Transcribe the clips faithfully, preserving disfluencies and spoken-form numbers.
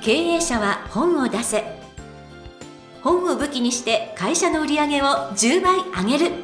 経営者は本を出せ。本を武器にして会社の売り上げをじゅうばい上げる。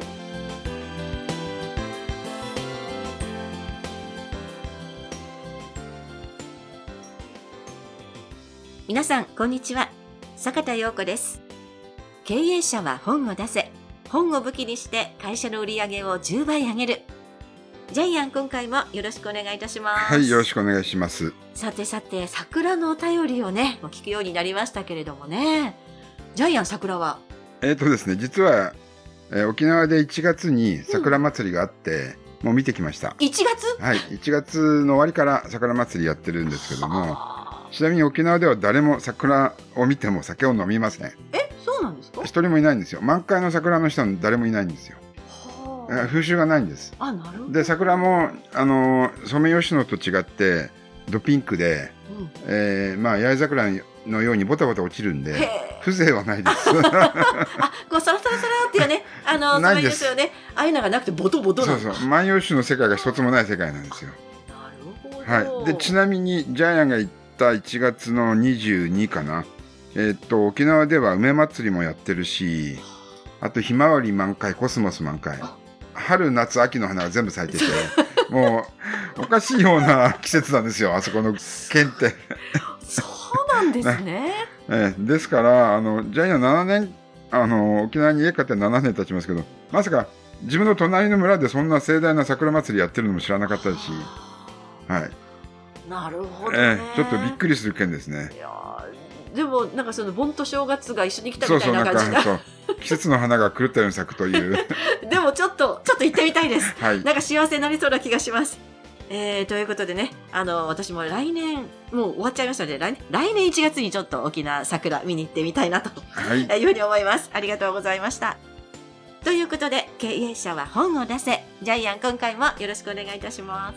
皆さんこんにちは、坂田陽子です。経営者は本を出せ。本を武器にして会社の売り上げをじゅうばい上げる。ジャイアン、今回もよろしくお願いいたします。 はい、よろしくお願いします。 さてさて、桜のお便りをね聞くようになりましたけれどもね、ジャイアン、桜はえっとですね実は、えー、沖縄でいちがつに桜祭りがあって、うん、もう見てきました。 いちがつ？ はい、いちがつの終わりから桜祭りやってるんですけども、ちなみに沖縄では誰も桜を見ても酒を飲みません。 え、そうなんですか？ 一人もいないんですよ。満開の桜の人は誰もいないんですよ。風習がないんです。 あ、なるほど。 で、桜もあのソメイヨシノと違ってドピンクで、うん、えー、まあ八重桜のようにボタボタ落ちるんで風情はないです。 あ、こうサラサラサラっていうね、あのないですよね。ああいうのがなくてボトボトなんだ。 そうそう、万葉集の世界が一つもない世界なんですよ。 なるほど。 はい。で、ちなみにジャイアンが行ったいちがつのにじゅうにかな、えー、っと沖縄では梅祭りもやってるし、あとひまわり満開、コスモス満開、春夏秋の花が全部咲いててもうおかしいような季節なんですよ、あそこの県ってそうなんですね。 えー、ですからあのジャイアンななねんあの沖縄に家買ってななねん経ちますけど、まさか自分の隣の村でそんな盛大な桜祭りやってるのも知らなかったし、はい、 なるほどね、 えー、ちょっとびっくりする県ですね。 いやでもなんかその盆と正月が一緒に来たみたいな感じが、 そうそう、なんかそう季節の花が狂ったように咲くというでもちょっとちょっと行ってみたいです、 はい、 なんか幸せになりそうな気がします。えー、ということでね、あの私も来年もう終わっちゃいましたので、来年来年いちがつにちょっと沖縄桜見に行ってみたいなと、はい、いうふうに思います。ありがとうございました。ということで、経営者は本を出せ。ジャイアン、今回もよろしくお願いいたします。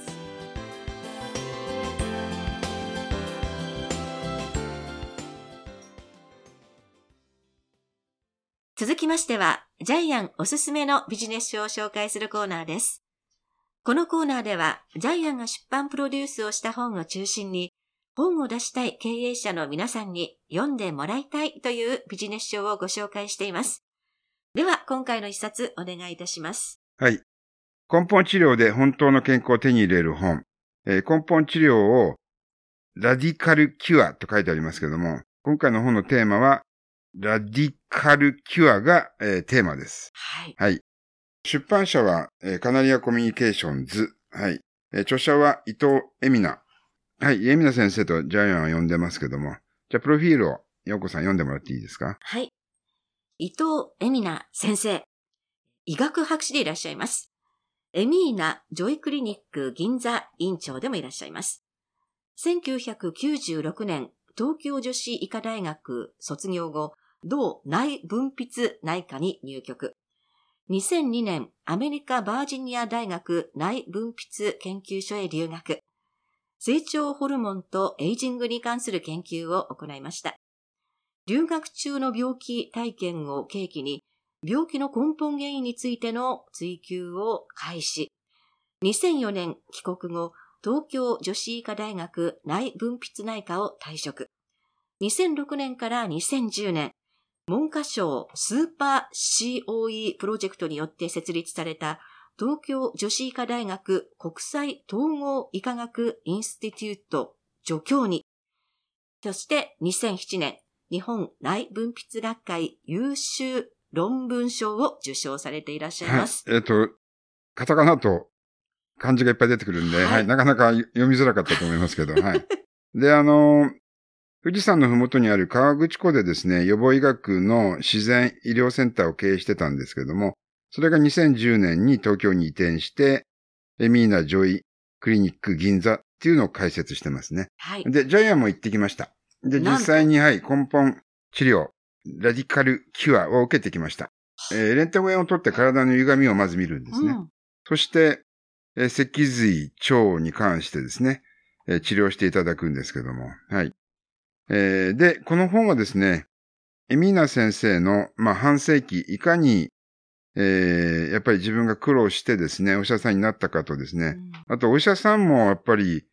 続きましては、ジャイアンおすすめのビジネス書を紹介するコーナーです。このコーナーでは、ジャイアンが出版プロデュースをした本を中心に、本を出したい経営者の皆さんに読んでもらいたいというビジネス書をご紹介しています。では、今回の一冊お願いいたします。 はい。根本治療で本当の健康を手に入れる本。えー、根本治療をラディカルキュアと書いてありますけども、今回の本のテーマは、ラディカルキュアが、えー、テーマです。 はい。 はい。出版社は、えー、カナリアコミュニケーションズ。はい。えー、著者は伊藤恵美奈。はい。恵美奈先生とジャイアンは呼んでますけども。じゃあ、プロフィールを、陽子さん読んでもらっていいですか？ はい。伊藤恵美奈先生。医学博士でいらっしゃいます。エミーナジョイクリニック銀座院長でもいらっしゃいます。せんきゅうひゃくきゅうじゅうろくねん、東京女子医科大学卒業後、同内分泌内科に入局。にせんにねん、アメリカバージニア大学内分泌研究所へ留学。成長ホルモンとエイジングに関する研究を行いました。留学中の病気体験を契機に、病気の根本原因についての追求を開始。にせんよねん帰国後、東京女子医科大学内分泌内科を退職。にせんろくねんからにせんじゅうねん、文科省スーパー シーオーイー プロジェクトによって設立された東京女子医科大学国際統合医科学インスティテュート助教に、そしてにせんななねん、日本内分泌学会優秀論文賞を受賞されていらっしゃいます。 はい、えっと、カタカナと漢字がいっぱい出てくるんで、はい、はい、なかなか読みづらかったと思いますけど、はい。で、あの、富士山のふもとにある河口湖でですね、予防医学の自然医療センターを経営してたんですけども、それがにせんじゅうねんに東京に移転して、エミーナジョイクリニック銀座っていうのを開設してますね。 はい。 で、ジャイアンも行ってきました。で、実際に、はい、根本治療、ラディカルキュアを受けてきました。えー、レントゲンを取って体の歪みをまず見るんですね。うん、そして、えー、脊髄、腸に関してですね、えー、治療していただくんですけども、はい。えー、で、この本はですね、エミーナ先生の、まあ、半世紀、いかに、えー、やっぱり自分が苦労してですね、お医者さんになったかとですね、うん、あとお医者さんもやっぱり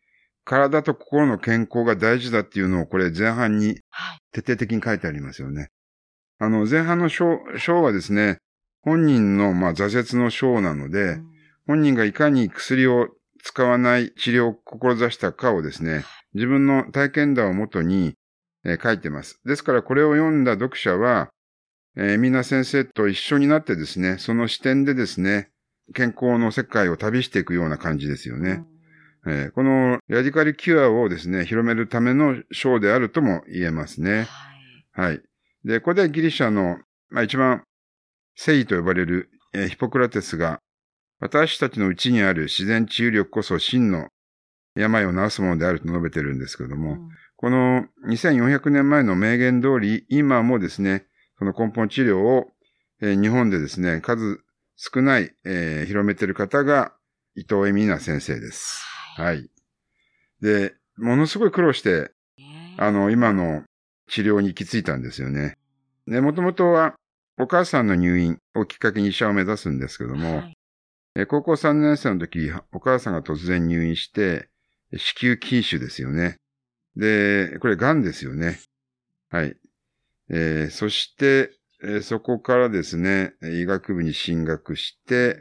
体と心の健康が大事だっていうのをこれ前半に徹底的に書いてありますよね。あの、前半の章、章はですね、本人のまあ挫折の章なので、うん、本人がいかに薬を使わない治療を志したかをですね、自分の体験談をもとに、えー、書いてます。ですからこれを読んだ読者は、えー、みんな先生と一緒になってですね、その視点でですね、健康の世界を旅していくような感じですよね。うんえー、このラディカルキュアをですね、広めるための章であるとも言えますね。はい。はい。で、ここでギリシャの、まあ一番聖医と呼ばれる、えー、ヒポクラテスが、私たちの内にある自然治癒力こそ真の病を治すものであると述べてるんですけれども、うん、このにせんよんひゃくねんまえの名言通り、今もですね、その根本治療を、えー、日本でですね、数少ない、えー、広めてる方が伊藤恵美奈先生です。はい。で、ものすごい苦労して、あの、今の治療に行き着いたんですよね。で、もともとはお母さんの入院をきっかけに医者を目指すんですけども、はい、え高校さんねん生の時、お母さんが突然入院して、子宮筋腫ですよね。で、これ癌ですよね。はい。えー、そして、えー、そこからですね、医学部に進学して、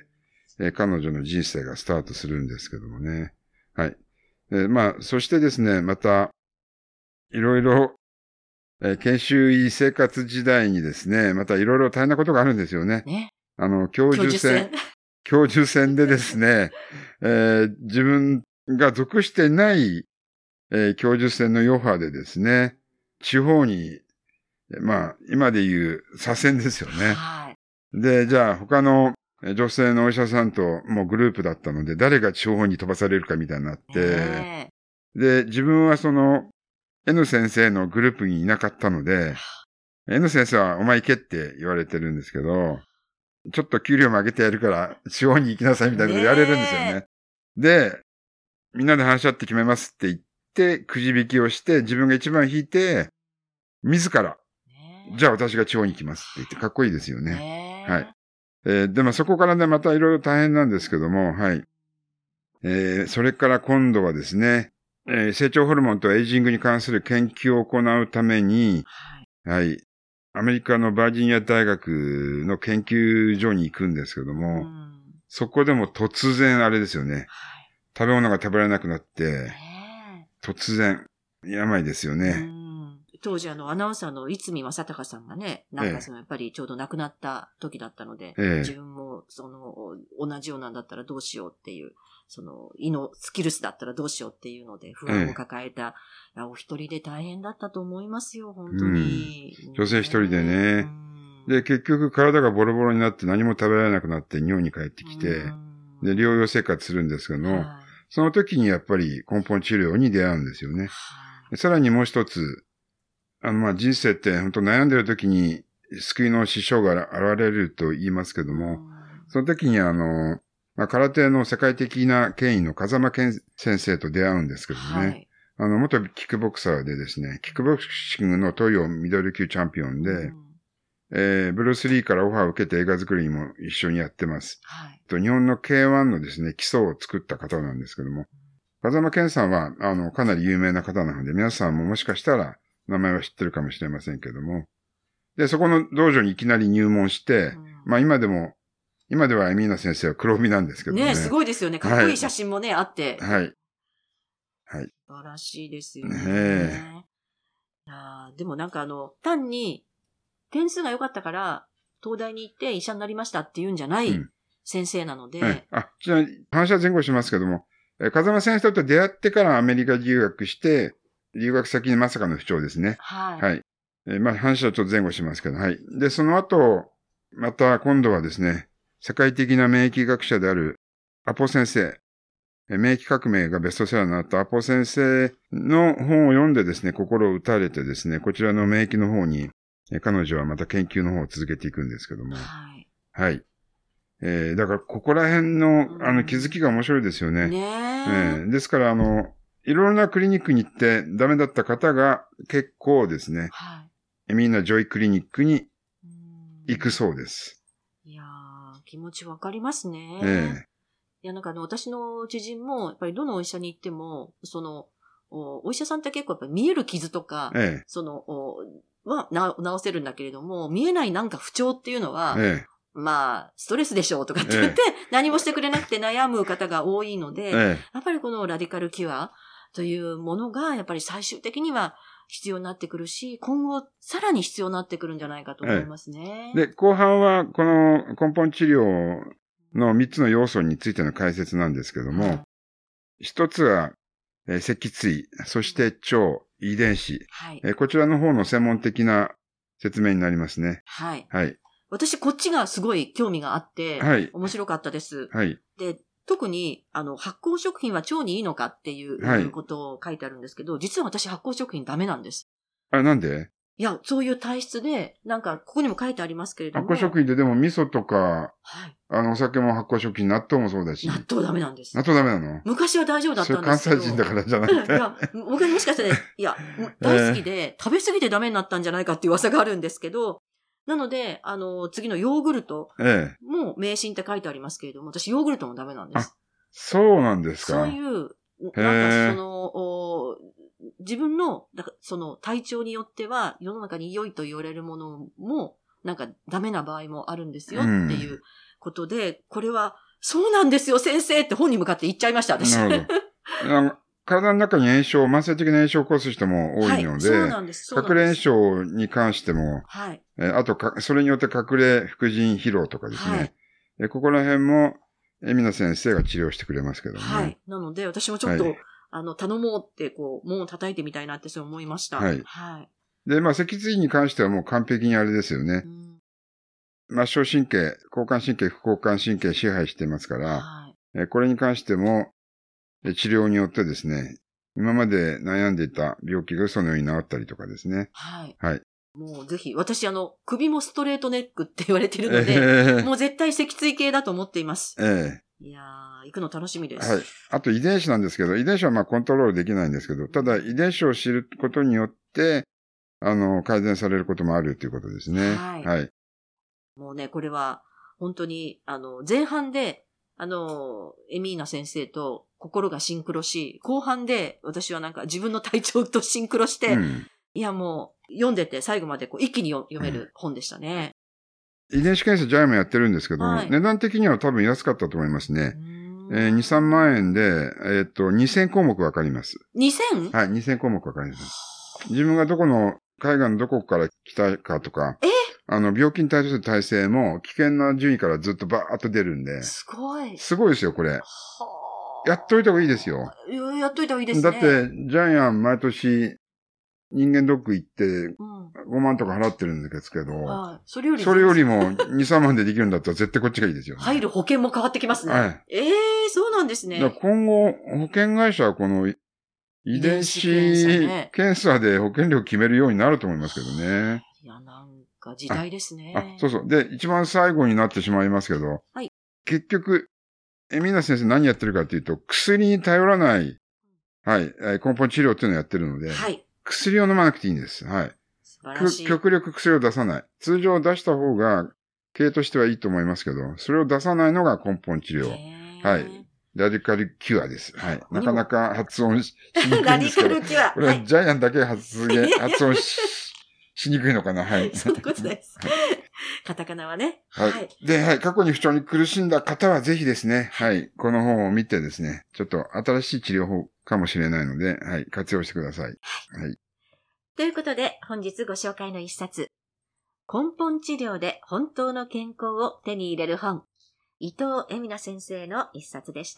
えー、彼女の人生がスタートするんですけどもね。はい。えー、まあ、そしてですね、また、いろいろ、えー、研修医生活時代にですね、またいろいろ大変なことがあるんですよね。ねあの、教授選、教授選でですね、えー、自分が属してない、えー、教授選の余波でですね、地方に、まあ、今で言う左遷ですよね。はい。で、じゃあ他の女性のお医者さんともうグループだったので、誰が地方に飛ばされるかみたいになって、で、自分はその N 先生のグループにいなかったので、N 先生はお前行けって言われてるんですけど、ちょっと給料も上げてやるから地方に行きなさいみたいなこと言われるんですよね。で、みんなで話し合って決めますって言って、くじ引きをして自分が一番引いて、自ら、じゃあ私が地方に行きますって言ってかっこいいですよね。はい。えー、でもそこからね、またいろいろ大変なんですけども、はい。えー、それから今度はですね、えー、成長ホルモンとエイジングに関する研究を行うために、はい、はい。アメリカのバージニア大学の研究所に行くんですけども、そこでも突然あれですよね。食べ物が食べられなくなって、突然、病ですよね。 当時あのアナウンサーの逸見正隆さんがね、なんかそのやっぱりちょうど亡くなった時だったので、ええ、自分もその同じようなんだったらどうしようっていう、その胃のスキルスだったらどうしようっていうので不安を抱えた、ええ、お一人で大変だったと思いますよ、本当に。 うん、女性一人でね。で、結局体がボロボロになって何も食べられなくなって日本に帰ってきて、で、療養生活するんですけども、その時にやっぱり根本治療に出会うんですよね。さらにもう一つ、あの、ま、人生って本当悩んでる時に救いの師匠が現れると言いますけども、その時にあの、まあ、空手の世界的な権威の風間健先生と出会うんですけどもね、はい、あの、元キックボクサーでですね、キックボクシングの東洋ミドル級チャンピオンで、うん、えー、ブルース・リーからオファーを受けて映画作りにも一緒にやってます。はい、と日本の ケーワン のですね、基礎を作った方なんですけども、風間健さんは、あの、かなり有名な方なので、皆さんももしかしたら、名前は知ってるかもしれませんけども。で、そこの道場にいきなり入門して、うん、まあ今でも、今ではエミーナ先生は黒帯なんですけどね。 ね、すごいですよね。かっこいい写真もね、はい、あって。 はい。はい。 素晴らしいですよね。ねあでもなんかあの、単に点数が良かったから、東大に行って医者になりましたって言うんじゃない先生なので。うんはい、 あ、ちなみに話は前後しますけども、風間先生と出会ってからアメリカ留学して、留学先にまさかの不調ですね。はい。はい。えー、まあ話はちょっと前後しますけど、はい。で、その後、また今度はですね、世界的な免疫学者であるアポ先生、免疫革命がベストセラーになったアポ先生の本を読んでですね、心を打たれてですね、こちらの免疫の方に、彼女はまた研究の方を続けていくんですけども。はい。はい。えー、だからここら辺の、あの気づきが面白いですよね。ねえー。ですからあの、いろいろなクリニックに行ってダメだった方が結構ですね、はい、みんなジョイクリニックに行くそうです。 いやー、気持ちわかりますね。ええ、いやなんかあの私の知人もやっぱりどのお医者に行ってもそのお、お医者さんって結構やっぱり見える傷とか、 ええ、 その、おはな治せるんだけれども、見えないなんか不調っていうのは、 ええ、 まあ、ストレスでしょうとかって言って、ええ、何もしてくれなくて悩む方が多いので、ええ、やっぱりこのラディカルキュアというものが、やっぱり最終的には必要になってくるし、今後さらに必要になってくるんじゃないかと思いますね。 ええ、で、後半はこの根本治療のみっつの要素についての解説なんですけども、はい、一つは、えー、脊椎、そして腸、遺伝子、はい、えー、こちらの方の専門的な説明になりますね。 はい。 はい。 私、こっちがすごい興味があって、はい、面白かったです。 はい。 で、特に、あの、発酵食品は腸にいいのかっていう、はい、ことを書いてあるんですけど、実は私発酵食品ダメなんです。 あ、なんで？ いや、そういう体質で、なんか、ここにも書いてありますけれども。 発酵食品ってでも味噌とか、はい、あの、お酒も発酵食品、納豆もそうだし。 納豆ダメなんです。 納豆ダメなの？ 昔は大丈夫だったんですけど。 それ関西人だからじゃなくて。 いや、僕はもしかしたら、いや、大好きで、えー、食べ過ぎてダメになったんじゃないかっていう噂があるんですけど、なので、あの、次のヨーグルトも迷信って書いてありますけれども、私ヨーグルトもダメなんです。 あ、そうなんですか。 そういう、なんかその、自分の、その体調によっては世の中に良いと言われるものもなんかダメな場合もあるんですよっていうことで、うん、これはそうなんですよ先生って本に向かって言っちゃいました私。 なるほど。体の中に炎症、慢性的な炎症を起こす人も多いので、はい、そうなんです。隠れ炎症に関しても、はい、えあとか、それによって隠れ副腎疲労とかですね、はい、えここら辺も海老名先生が治療してくれますけどね。 はい。なので私もちょっと、はい、あの、頼もうって、こう、門を叩いてみたいなってそう思いました。 はい。はい。で、まあ、脊椎に関してはもう完璧にあれですよね。うん、末梢神経、交感神経、副交感神経支配してますから、はい、えこれに関しても、治療によってですね、今まで悩んでいた病気がそのように治ったりとかですね。 はい。 はい。 もうぜひ、私あの、首もストレートネックって言われているので、えー、もう絶対脊椎系だと思っています。 ええー。 いやー、行くの楽しみです。 はい。あと遺伝子なんですけど、遺伝子はまあコントロールできないんですけど、ただ遺伝子を知ることによって、あの、改善されることもあるということですね。はい。はい。 もうね、これは、本当に、あの、前半で、あの、エミーナ先生と心がシンクロし、後半で私はなんか自分の体調とシンクロして、うん、いやもう、読んでて最後までこう一気に読める本でしたね。 うん、遺伝子検査ジャイもやってるんですけど、はい、値段的には多分安かったと思いますね。えー、に、さんまんえんで、えっと、にせんこうもくわかります。 にせん？ はい、にせんこうもくわかります。自分がどこの、海外のどこから来たかとか、 えあの、病気に対する耐性も危険な順位からずっとバーっと出るんで。 すごい。 すごいですよ、これ。はやっといた方がいいですよ。 やっといた方がいいですね。 だって、ジャイアン毎年、人間ドック行って、ごまんとか払ってるんですけど、うんはい、 それよりそれよりもに、さんまんでできるんだったら絶対こっちがいいですよ、ね。 入る保険も変わってきますね。はい。ええー、そうなんですね。 だ今後、保険会社はこの遺伝子検査で保険料決めるようになると思いますけどね。 いや、なんか時代ですね。 あ、そうそう。で、一番最後になってしまいますけど、はい、結局、エミーナ先生何やってるかというと、薬に頼らない、はい、根本治療っていうのをやってるので、はい、薬を飲まなくていいんです。はい。 素晴らしい。 極力薬を出さない。通常出した方が、経としてはいいと思いますけど、それを出さないのが根本治療。はい。ラディカルキュアです。はい。なかなか発音しにくいんですけど。 ラディカルキュア。 これはジャイアンだけ発言、発音し、しにくいのかな。はい。 そんなことないです。はい、カタカナはね。 はい。はい、で、はい。過去に不調に苦しんだ方はぜひですね、はい。この本を見てですね、ちょっと新しい治療法かもしれないので、はい。活用してください。はい。 ということで、本日ご紹介の一冊。根本治療で本当の健康を手に入れる本。伊藤恵美奈先生の一冊でした。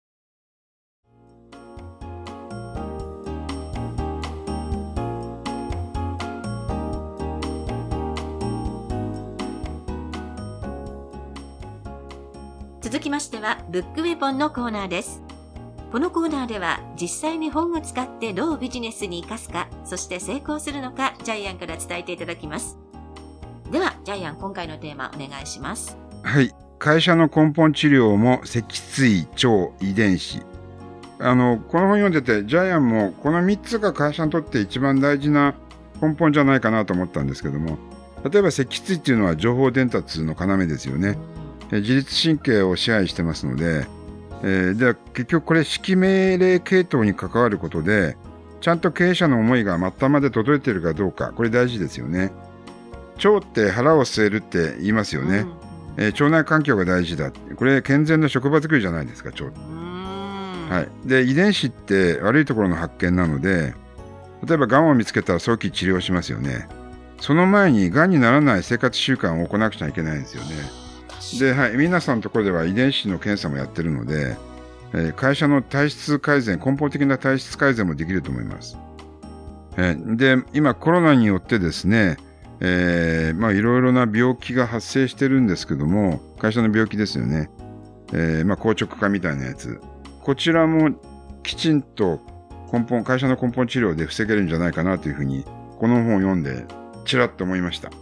続きましては、ブックウェポンのコーナーです。このコーナーでは、実際に本を使ってどうビジネスに生かすか、そして成功するのか、ジャイアンから伝えていただきます。では、ジャイアン、今回のテーマお願いします。 はい。会社の根本治療も脊椎、腸、遺伝子。あの、この本読んでて、ジャイアンもこのみっつが会社にとって一番大事な根本じゃないかなと思ったんですけども、例えば脊椎っていうのは情報伝達の要ですよね。自律神経を支配してますので、 えー、で結局これ指揮命令系統に関わることで、ちゃんと経営者の思いが末端まで届いているかどうか、これ大事ですよね。腸って腹を据えるって言いますよね。うんえー、腸内環境が大事だ。これ健全な職場作りじゃないですか、腸って。はい、で遺伝子って悪いところの発見なので、例えばがんを見つけたら早期治療しますよね。その前にがんにならない生活習慣を行わなくちゃいけないんですよね。で、はい、皆さんのところでは遺伝子の検査もやってるので、えー、会社の体質改善、根本的な体質改善もできると思います。えー、で、今コロナによってですね、えー、まあいろいろな病気が発生してるんですけども、会社の病気ですよね。えー、まあ硬直化みたいなやつ。こちらもきちんと根本、会社の根本治療で防げるんじゃないかなというふうに、この本を読んでちらっと思いました。はい。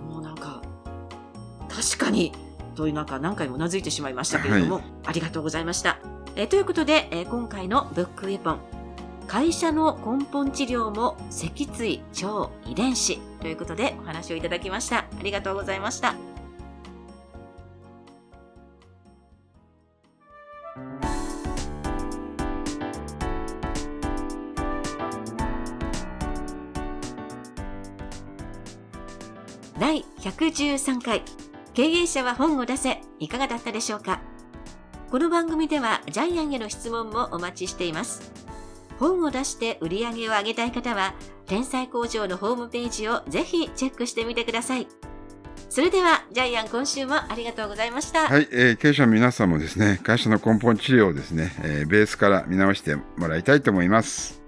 もうなんか、確かに、というなんか何回もうなずいてしまいましたけれども、はい、ありがとうございました。えー、ということで、えー、今回のブックウェポン、会社の根本治療も脊椎、腸、遺伝子ということでお話をいただきました。ありがとうございました。だいひゃくじゅうさんかい経営者は本を出せ、いかがだったでしょうか。この番組ではジャイアンへの質問もお待ちしています。本を出して売り上げを上げたい方は天才工場のホームページをぜひチェックしてみてください。それではジャイアン、今週もありがとうございました。 はい、えー、経営者の皆さんもですね、会社の根本治療をですね、えー、ベースから見直してもらいたいと思います。